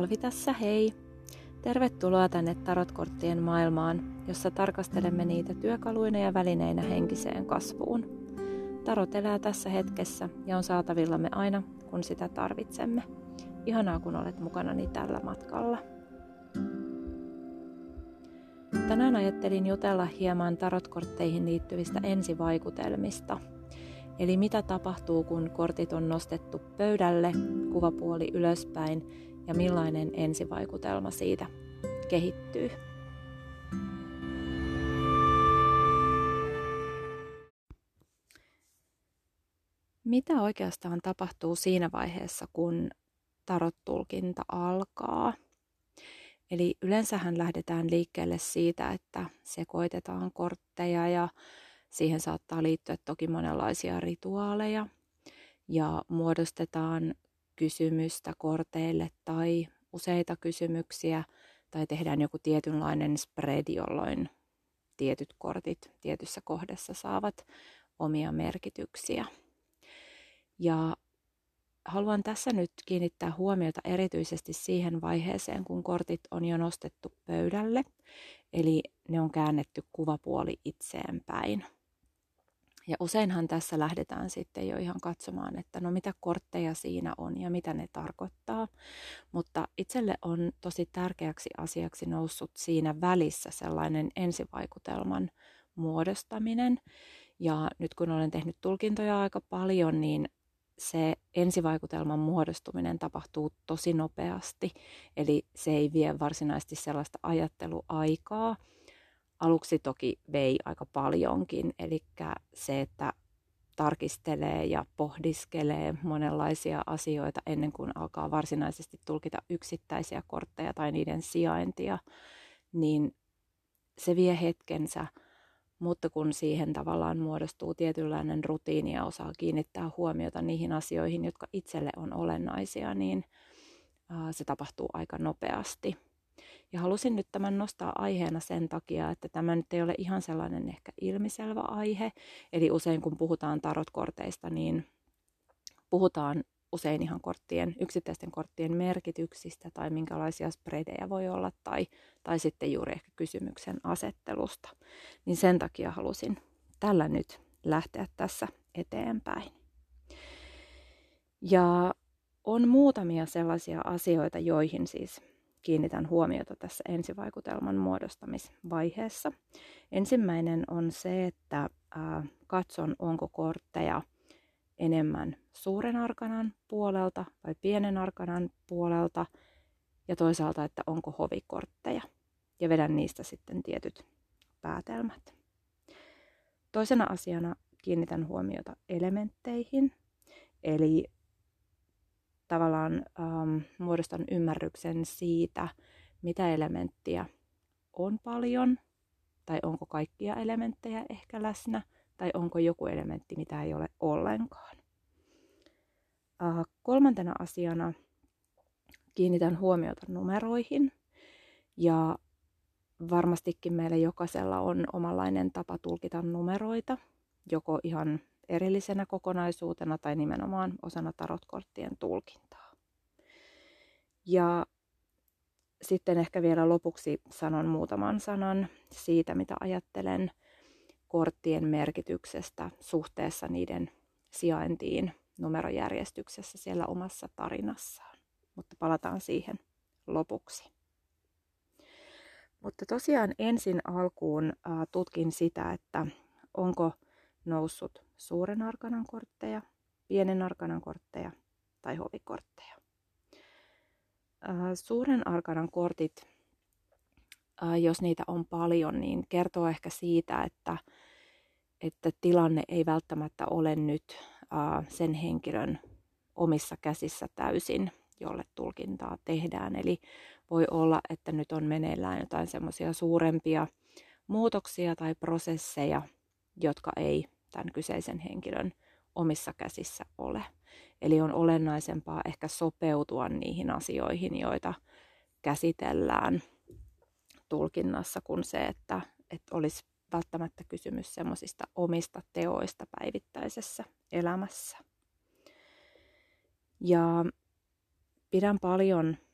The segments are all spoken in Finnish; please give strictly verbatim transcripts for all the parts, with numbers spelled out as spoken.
Alvi tässä, hei! Tervetuloa tänne tarotkorttien maailmaan, jossa tarkastelemme niitä työkaluina ja välineinä henkiseen kasvuun. Tarot elää tässä hetkessä ja on saatavillamme aina, kun sitä tarvitsemme. Ihanaa, kun olet mukanani tällä matkalla. Tänään ajattelin jutella hieman tarotkortteihin liittyvistä ensivaikutelmista. Eli mitä tapahtuu, kun kortit on nostettu pöydälle, kuvapuoli ylöspäin ja millainen ensivaikutelma siitä kehittyy. Mitä oikeastaan tapahtuu siinä vaiheessa, kun tarot-tulkinta alkaa? Eli yleensähän lähdetään liikkeelle siitä, että sekoitetaan kortteja ja siihen saattaa liittyä toki monenlaisia rituaaleja ja muodostetaan kysymystä korteille tai useita kysymyksiä tai tehdään joku tietynlainen spread, jolloin tietyt kortit tietyssä kohdassa saavat omia merkityksiä. Ja haluan tässä nyt kiinnittää huomiota erityisesti siihen vaiheeseen, kun kortit on jo nostettu pöydälle, eli ne on käännetty kuvapuoli itseen päin. Ja useinhan tässä lähdetään sitten jo ihan katsomaan, että no mitä kortteja siinä on ja mitä ne tarkoittaa. Mutta itselle on tosi tärkeäksi asiaksi noussut siinä välissä sellainen ensivaikutelman muodostaminen. Ja nyt kun olen tehnyt tulkintoja aika paljon, niin se ensivaikutelman muodostuminen tapahtuu tosi nopeasti. Eli se ei vie varsinaisesti sellaista ajatteluaikaa. Aluksi toki vei aika paljonkin, eli se, että tarkistelee ja pohdiskelee monenlaisia asioita ennen kuin alkaa varsinaisesti tulkita yksittäisiä kortteja tai niiden sijaintia, niin se vie hetkensä, mutta kun siihen tavallaan muodostuu tietynlainen rutiini ja osaa kiinnittää huomiota niihin asioihin, jotka itselle on olennaisia, niin se tapahtuu aika nopeasti. Ja halusin nyt tämän nostaa aiheena sen takia, että tämä nyt ei ole ihan sellainen ehkä ilmiselvä aihe. Eli usein kun puhutaan tarotkorteista, niin puhutaan usein ihan korttien, yksittäisten korttien merkityksistä tai minkälaisia spreadejä voi olla tai, tai sitten juuri ehkä kysymyksen asettelusta. Niin sen takia halusin tällä nyt lähteä tässä eteenpäin. Ja on muutamia sellaisia asioita, joihin siis kiinnitän huomiota tässä ensivaikutelman muodostamisvaiheessa. Ensimmäinen on se, että ää, katson, onko kortteja enemmän suuren arkanan puolelta vai pienen arkanan puolelta ja toisaalta, että onko hovikortteja ja vedän niistä sitten tietyt päätelmät. Toisena asiana kiinnitän huomiota elementteihin, eli tavallaan ähm, muodostan ymmärryksen siitä, mitä elementtiä on paljon, tai onko kaikkia elementtejä ehkä läsnä, tai onko joku elementti, mitä ei ole ollenkaan. Äh, kolmantena asiana kiinnitän huomiota numeroihin, ja varmastikin meillä jokaisella on omanlainen tapa tulkita numeroita, joko ihan erillisenä kokonaisuutena tai nimenomaan osana tarotkorttien tulkintaa. Ja sitten ehkä vielä lopuksi sanon muutaman sanan siitä, mitä ajattelen korttien merkityksestä suhteessa niiden sijaintiin numerojärjestyksessä siellä omassa tarinassaan. Mutta palataan siihen lopuksi. Mutta tosiaan ensin alkuun äh, tutkin sitä, että onko noussut suuren arkanan kortteja, pienen arkanan kortteja tai hovikortteja. Äh, suuren arkanan kortit, äh, jos niitä on paljon, niin kertoo ehkä siitä, että, että tilanne ei välttämättä ole nyt äh, sen henkilön omissa käsissä täysin, jolle tulkintaa tehdään. Eli voi olla, että nyt on meneillään jotain semmoisia suurempia muutoksia tai prosesseja, jotka ei tämän kyseisen henkilön omissa käsissä ole. Eli on olennaisempaa ehkä sopeutua niihin asioihin, joita käsitellään tulkinnassa, kuin se, että, että olisi välttämättä kysymys semmoisista omista teoista päivittäisessä elämässä. Ja pidän paljon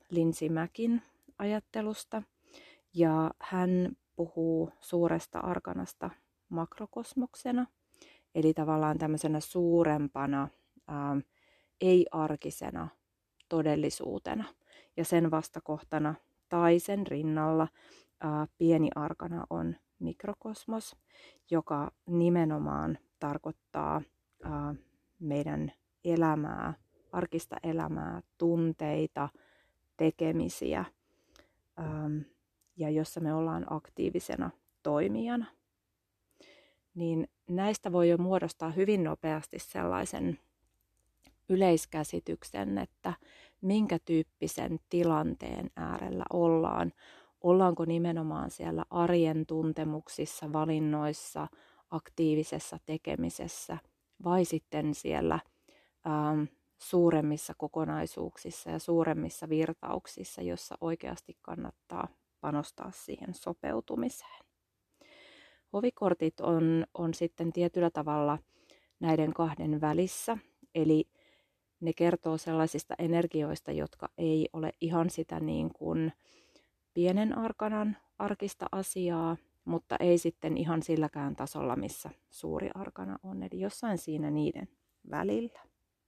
Lindsay Mackin ajattelusta, ja hän puhuu suuresta arkanasta makrokosmoksena, eli tavallaan tämmöisenä suurempana, ää, ei-arkisena todellisuutena, ja sen vastakohtana tai sen rinnalla ää, pieni arkana on mikrokosmos, joka nimenomaan tarkoittaa ää, meidän elämää, arkista elämää, tunteita, tekemisiä, ähm, ja jossa me ollaan aktiivisena toimijana. Niin näistä voi jo muodostaa hyvin nopeasti sellaisen yleiskäsityksen, että minkä tyyppisen tilanteen äärellä ollaan. Ollaanko nimenomaan siellä arjen tuntemuksissa, valinnoissa, aktiivisessa tekemisessä vai sitten siellä ähm, suuremmissa kokonaisuuksissa ja suuremmissa virtauksissa, jossa oikeasti kannattaa panostaa siihen sopeutumiseen. Hovikortit on, on sitten tietyllä tavalla näiden kahden välissä, eli ne kertoo sellaisista energioista, jotka ei ole ihan sitä niin kuin pienen arkanan arkista asiaa, mutta ei sitten ihan silläkään tasolla, missä suuri arkana on, eli jossain siinä niiden välillä.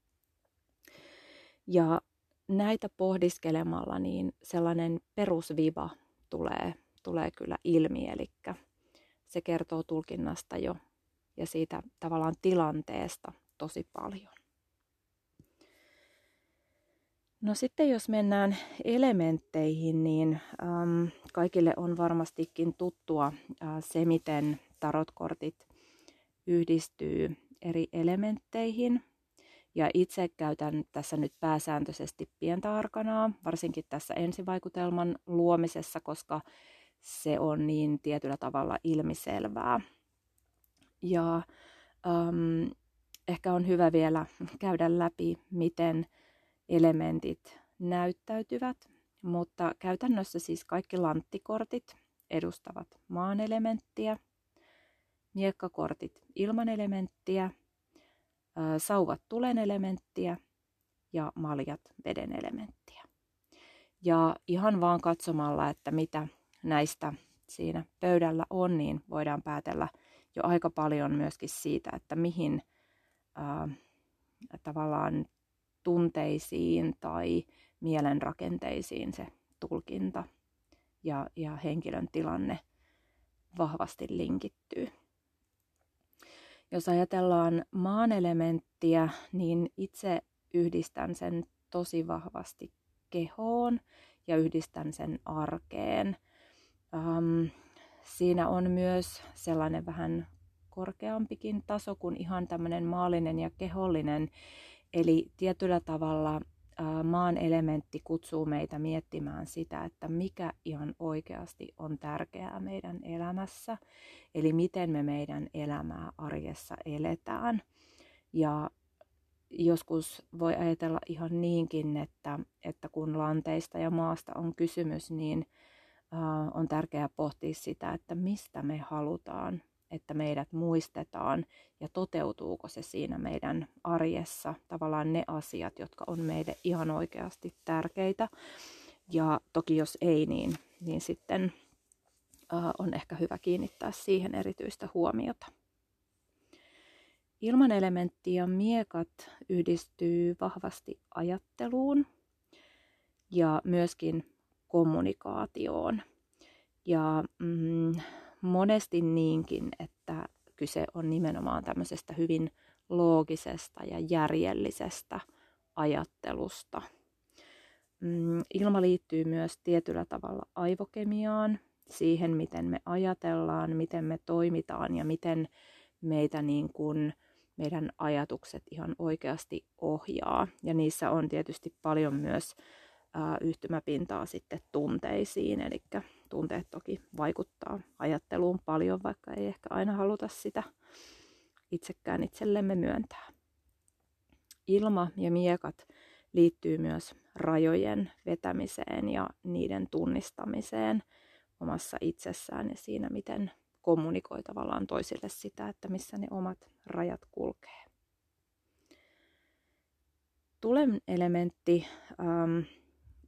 Ja näitä pohdiskelemalla niin sellainen perusviva tulee, tulee kyllä ilmi, eli se kertoo tulkinnasta jo ja siitä tavallaan tilanteesta tosi paljon. No sitten jos mennään elementteihin, niin äm, kaikille on varmastikin tuttua äh, se, miten tarotkortit yhdistyy eri elementteihin. Ja itse käytän tässä nyt pääsääntöisesti pientä arkanaa, varsinkin tässä ensivaikutelman luomisessa, koska se on niin tietyllä tavalla ilmiselvää. Ja äm, ehkä on hyvä vielä käydä läpi, miten elementit näyttäytyvät, mutta käytännössä siis kaikki lanttikortit edustavat maan elementtiä, miekkakortit ilman elementtiä, sauvat tulen elementtiä ja maljat veden elementtiä. Ja ihan vaan katsomalla, että mitä näistä siinä pöydällä on, niin voidaan päätellä jo aika paljon myöskin siitä, että mihin ää, tavallaan tunteisiin tai mielenrakenteisiin se tulkinta ja, ja henkilön tilanne vahvasti linkittyy. Jos ajatellaan maan elementtiä, niin itse yhdistän sen tosi vahvasti kehoon ja yhdistän sen arkeen. Um, siinä on myös sellainen vähän korkeampikin taso kuin ihan tämmöinen maallinen ja kehollinen. Eli tietyllä tavalla uh, maan elementti kutsuu meitä miettimään sitä, että mikä ihan oikeasti on tärkeää meidän elämässä. Eli miten me meidän elämää arjessa eletään. Ja joskus voi ajatella ihan niinkin, että, että kun lanteista ja maasta on kysymys, niin uh, on tärkeää pohtia sitä, että mistä me halutaan, että meidät muistetaan ja toteutuuko se siinä meidän arjessa, tavallaan ne asiat, jotka on meille ihan oikeasti tärkeitä. Ja toki jos ei, niin, niin sitten uh, on ehkä hyvä kiinnittää siihen erityistä huomiota. Ilman elementti ja miekat yhdistyy vahvasti ajatteluun ja myöskin kommunikaatioon. Ja mm, monesti niinkin, että kyse on nimenomaan tämmöisestä hyvin loogisesta ja järjellisestä ajattelusta. Mm, ilma liittyy myös tietyllä tavalla aivokemiaan, siihen miten me ajatellaan, miten me toimitaan ja miten meitä niin kuin meidän ajatukset ihan oikeasti ohjaa. Ja niissä on tietysti paljon myös ää, yhtymäpintaa sitten tunteisiin, eli tunteet toki vaikuttaa ajatteluun paljon, vaikka ei ehkä aina haluta sitä itsekään itsellemme myöntää. Ilma ja miekat liittyy myös rajojen vetämiseen ja niiden tunnistamiseen omassa itsessään ja siinä, miten kommunikoi tavallaan toisille sitä, että missä ne omat rajat kulkee. Tulen elementti ähm,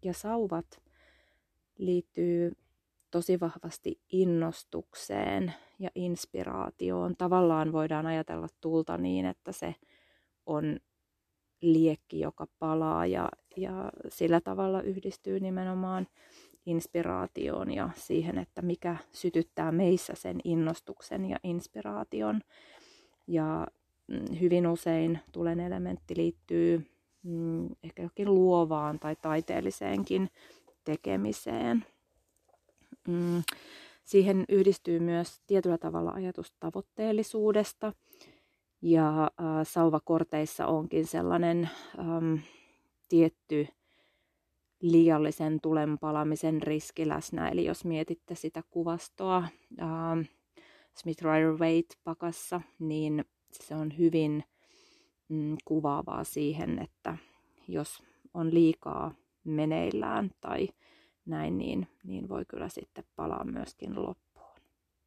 Ja sauvat liittyy tosi vahvasti innostukseen ja inspiraatioon. Tavallaan voidaan ajatella tulta niin, että se on liekki, joka palaa ja, ja sillä tavalla yhdistyy nimenomaan inspiraatioon ja siihen, että mikä sytyttää meissä sen innostuksen ja inspiraation. Ja hyvin usein tulen elementti liittyy mm, ehkä jokin luovaan tai taiteelliseenkin tekemiseen. Mm, siihen yhdistyy myös tietyllä tavalla ajatus tavoitteellisuudesta. Ja äh, sauvakorteissa onkin sellainen ähm, tietty liiallisen tulenpalamisen riski läsnä. Eli jos mietitte sitä kuvastoa ähm, Smith-Rider-Waite-pakassa, niin se on hyvin mm, kuvaavaa siihen, että jos on liikaa meneillään tai näin, niin, niin voi kyllä sitten palaa myöskin loppuun.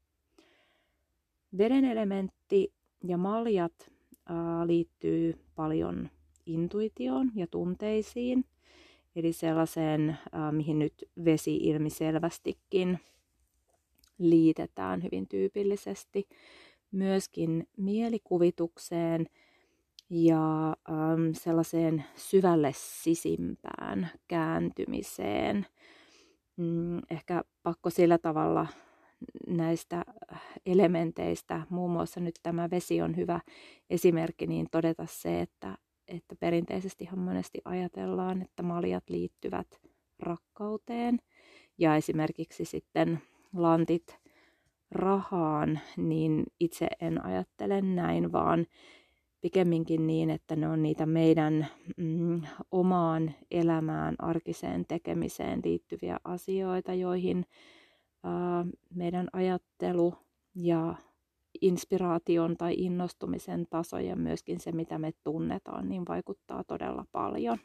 Veden elementti ja maljat ää, liittyy paljon intuitioon ja tunteisiin, eli sellaiseen, ää, mihin nyt vesi ilmiselvästikin liitetään hyvin tyypillisesti, myöskin mielikuvitukseen ja äm, sellaiseen syvälle sisimpään kääntymiseen. Mm, ehkä pakko sillä tavalla näistä elementeistä, muun muassa nyt tämä vesi on hyvä esimerkki, niin todeta se, että, että perinteisesti ihan monesti ajatellaan, että maljat liittyvät rakkauteen ja esimerkiksi sitten lantit rahaan, niin itse en ajattele näin, vaan pikemminkin niin, että ne on niitä meidän mm, omaan elämään, arkiseen tekemiseen liittyviä asioita, joihin ää, meidän ajattelu ja inspiraation tai innostumisen taso ja myöskin se, mitä me tunnetaan, niin vaikuttaa todella paljon.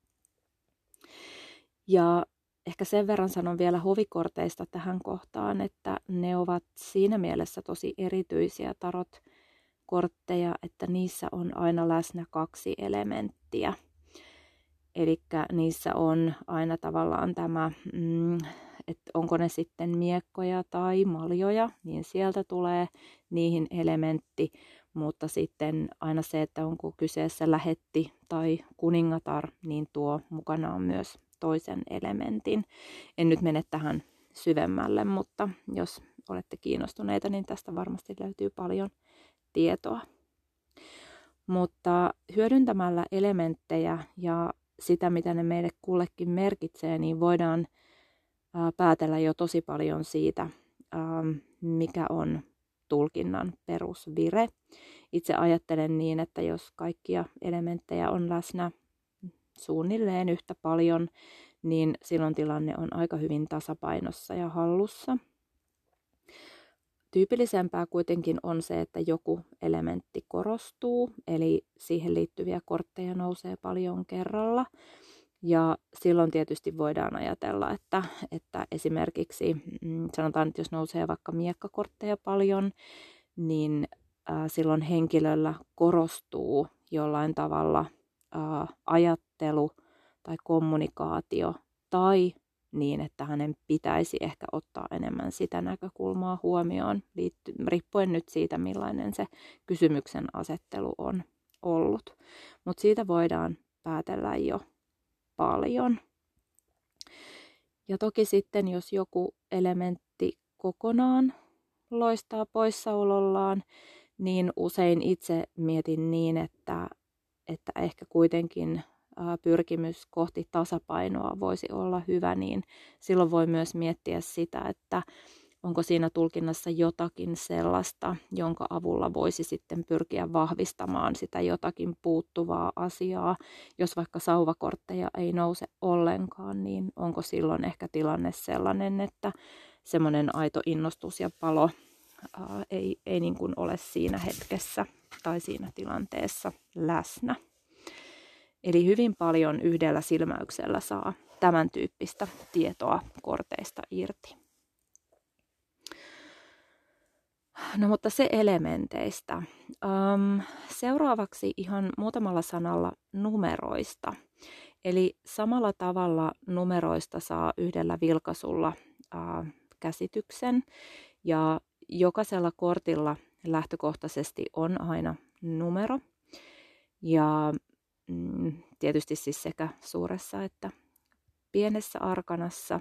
Ja ehkä sen verran sanon vielä hovikorteista tähän kohtaan, että ne ovat siinä mielessä tosi erityisiä tarot-kortteja, että niissä on aina läsnä kaksi elementtiä. Eli niissä on aina tavallaan tämä, mm, että onko ne sitten miekkoja tai maljoja, niin sieltä tulee niihin elementti, mutta sitten aina se, että onko kyseessä lähetti tai kuningatar, niin tuo mukanaan myös toisen elementin. En nyt mene tähän syvemmälle, mutta jos olette kiinnostuneita, niin tästä varmasti löytyy paljon tietoa. Mutta hyödyntämällä elementtejä ja sitä, mitä ne meille kullekin merkitsee, niin voidaan ää, päätellä jo tosi paljon siitä, ää, mikä on tulkinnan perusvire. Itse ajattelen niin, että jos kaikkia elementtejä on läsnä suunnilleen yhtä paljon, niin silloin tilanne on aika hyvin tasapainossa ja hallussa. Tyypillisempää kuitenkin on se, että joku elementti korostuu, eli siihen liittyviä kortteja nousee paljon kerralla. Ja silloin tietysti voidaan ajatella, että, että esimerkiksi sanotaan, että jos nousee vaikka miekkakortteja paljon, niin ää, silloin henkilöllä korostuu jollain tavalla ää, ajattelu tai kommunikaatio tai niin, että hänen pitäisi ehkä ottaa enemmän sitä näkökulmaa huomioon, liitty, riippuen nyt siitä, millainen se kysymyksen asettelu on ollut. Mutta siitä voidaan päätellä jo paljon. Ja toki sitten, jos joku elementti kokonaan loistaa poissaolollaan, niin usein itse mietin niin, että, että ehkä kuitenkin pyrkimys kohti tasapainoa voisi olla hyvä, niin silloin voi myös miettiä sitä, että onko siinä tulkinnassa jotakin sellaista, jonka avulla voisi sitten pyrkiä vahvistamaan sitä jotakin puuttuvaa asiaa. Jos vaikka sauvakortteja ei nouse ollenkaan, niin onko silloin ehkä tilanne sellainen, että semmoinen aito innostus ja palo ää, ei, ei niin kuin ole siinä hetkessä tai siinä tilanteessa läsnä. Eli hyvin paljon yhdellä silmäyksellä saa tämän tyyppistä tietoa korteista irti. No mutta se elementeistä. Um, seuraavaksi ihan muutamalla sanalla numeroista. Eli samalla tavalla numeroista saa yhdellä vilkaisulla ää, käsityksen ja jokaisella kortilla lähtökohtaisesti on aina numero ja mm, tietysti siis sekä suuressa että pienessä arkanassa.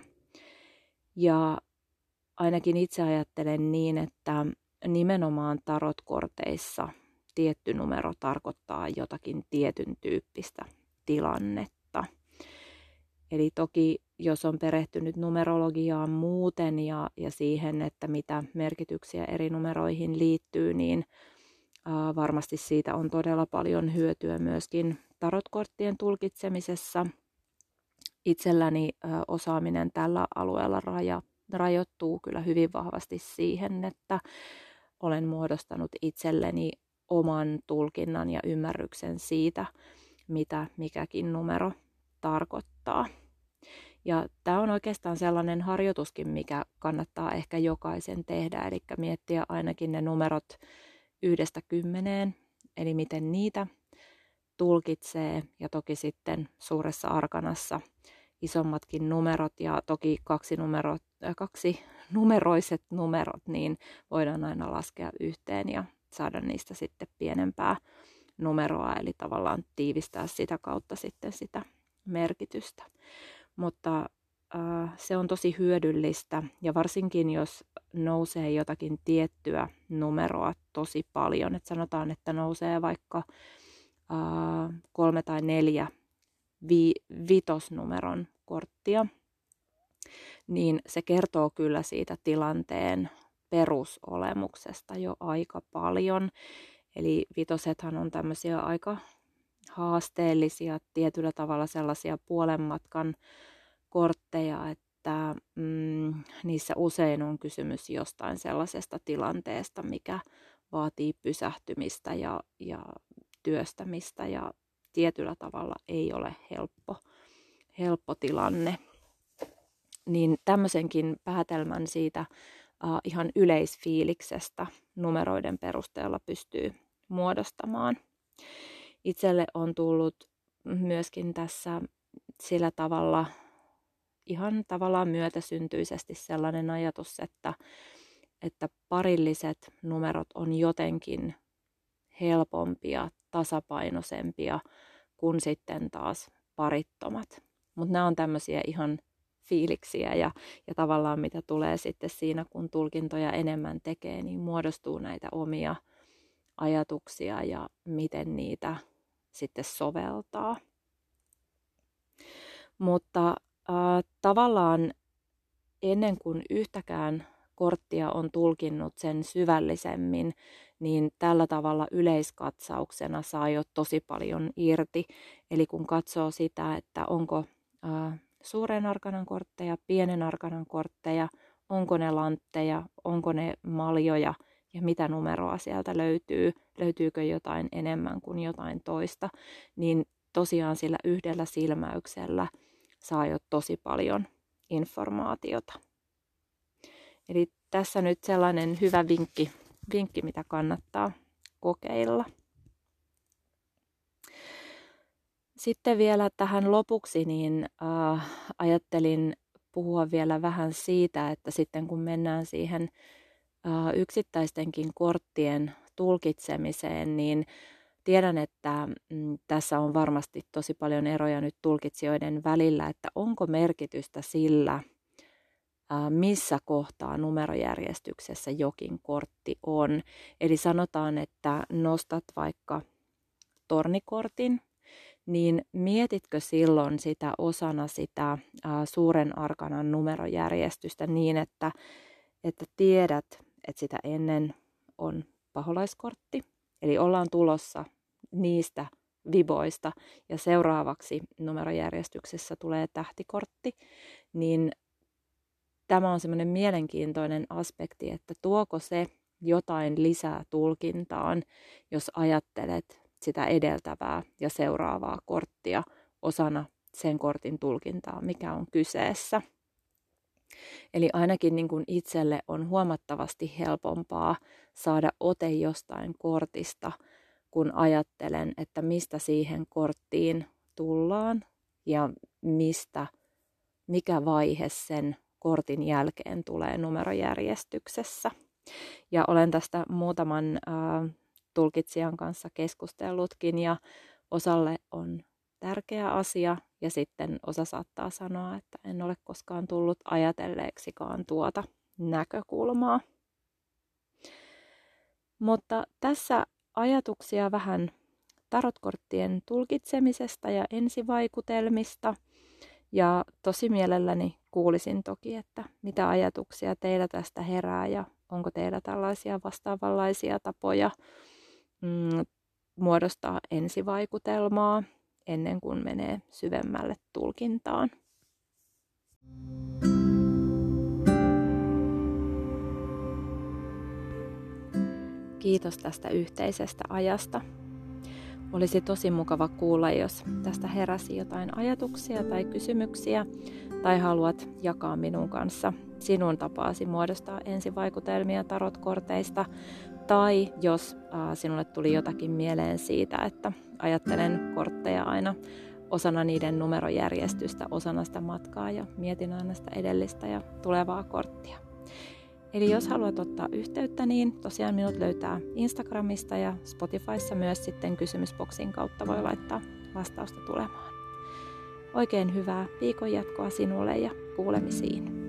Ja ainakin itse ajattelen niin, että nimenomaan tarotkorteissa tietty numero tarkoittaa jotakin tietyn tyyppistä tilannetta. Eli toki jos on perehtynyt numerologiaan muuten ja, ja siihen, että mitä merkityksiä eri numeroihin liittyy, niin ää, varmasti siitä on todella paljon hyötyä myöskin tarotkorttien tulkitsemisessa. Itselläni ää, osaaminen tällä alueella raja, rajoittuu kyllä hyvin vahvasti siihen, että olen muodostanut itselleni oman tulkinnan ja ymmärryksen siitä, mitä mikäkin numero tarkoittaa. Ja tämä on oikeastaan sellainen harjoituskin, mikä kannattaa ehkä jokaisen tehdä, eli miettiä ainakin ne numerot yhdestä kymmeneen, eli miten niitä tulkitsee, ja toki sitten suuressa arkanassa isommatkin numerot, ja toki kaksi, numerot, äh, kaksi numeroiset numerot, niin voidaan aina laskea yhteen ja saada niistä sitten pienempää numeroa, eli tavallaan tiivistää sitä kautta sitten sitä merkitystä. Mutta äh, se on tosi hyödyllistä, ja varsinkin jos nousee jotakin tiettyä numeroa tosi paljon, että sanotaan, että nousee vaikka äh, kolme tai neljä vi- vitosnumeron korttia, niin se kertoo kyllä siitä tilanteen perusolemuksesta jo aika paljon. Eli vitosethan on tämmöisiä aika haasteellisia, tietyllä tavalla sellaisia puolen matkan kortteja, että mm, niissä usein on kysymys jostain sellaisesta tilanteesta, mikä vaatii pysähtymistä ja, ja työstämistä ja tietyllä tavalla ei ole helppo, helppo tilanne. Niin tämmöisenkin päätelmän siitä uh, ihan yleisfiiliksestä numeroiden perusteella pystyy muodostamaan. Itselle on tullut myöskin tässä sillä tavalla ihan tavallaan myötäsyntyisesti sellainen ajatus, että, että parilliset numerot on jotenkin helpompia, tasapainoisempia kuin sitten taas parittomat. Mutta nämä on tämmöisiä ihan fiiliksiä ja, ja tavallaan mitä tulee sitten siinä, kun tulkintoja enemmän tekee, niin muodostuu näitä omia ajatuksia ja miten niitä sitten soveltaa. Mutta äh, tavallaan ennen kuin yhtäkään korttia on tulkinnut sen syvällisemmin, niin tällä tavalla yleiskatsauksena saa jo tosi paljon irti. Eli kun katsoo sitä, että onko äh, suuren arkanan kortteja, pienen arkanan kortteja, onko ne lantteja, onko ne maljoja ja mitä numeroa sieltä löytyy, löytyykö jotain enemmän kuin jotain toista, niin tosiaan sillä yhdellä silmäyksellä saa jo tosi paljon informaatiota. Eli tässä nyt sellainen hyvä vinkki, vinkki mitä kannattaa kokeilla. Sitten vielä tähän lopuksi niin äh, ajattelin puhua vielä vähän siitä, että sitten kun mennään siihen äh, yksittäistenkin korttien tulkitsemiseen, niin tiedän, että mm, tässä on varmasti tosi paljon eroja nyt tulkitsijoiden välillä, että onko merkitystä sillä, äh, missä kohtaa numerojärjestyksessä jokin kortti on. Eli sanotaan, että nostat vaikka tornikortin, niin mietitkö silloin sitä osana sitä ä, suuren arkanan numerojärjestystä niin, että, että tiedät, että sitä ennen on paholaiskortti, eli ollaan tulossa niistä viboista ja seuraavaksi numerojärjestyksessä tulee tähtikortti, niin tämä on semmoinen mielenkiintoinen aspekti, että tuoko se jotain lisää tulkintaan, jos ajattelet sitä edeltävää ja seuraavaa korttia osana sen kortin tulkintaa, mikä on kyseessä. Eli ainakin niin kuin itselle on huomattavasti helpompaa saada ote jostain kortista, kun ajattelen, että mistä siihen korttiin tullaan ja mistä, mikä vaihe sen kortin jälkeen tulee numerojärjestyksessä. Ja olen tästä muutaman äh, tulkitsijan kanssa keskustellutkin ja osalle on tärkeä asia ja sitten osa saattaa sanoa, että en ole koskaan tullut ajatelleeksikaan tuota näkökulmaa. Mutta tässä ajatuksia vähän tarotkorttien tulkitsemisesta ja ensivaikutelmista. Ja tosi mielelläni kuulisin toki, että mitä ajatuksia teillä tästä herää ja onko teillä tällaisia vastaavanlaisia tapoja mm, muodostaa ensivaikutelmaa ennen kuin menee syvemmälle tulkintaan. Kiitos tästä yhteisestä ajasta. Olisi tosi mukava kuulla, jos tästä heräsi jotain ajatuksia tai kysymyksiä, tai haluat jakaa minun kanssa sinun tapaasi muodostaa ensivaikutelmia tarotkorteista, tai jos äh, sinulle tuli jotakin mieleen siitä, että ajattelen kortteja aina osana niiden numerojärjestystä, osana sitä matkaa ja mietin aina sitä edellistä ja tulevaa korttia. Eli jos haluat ottaa yhteyttä, niin tosiaan minut löytää Instagramista ja Spotifyssa myös sitten kysymysboksin kautta voi laittaa vastausta tulemaan. Oikein hyvää viikon jatkoa sinulle ja kuulemisiin.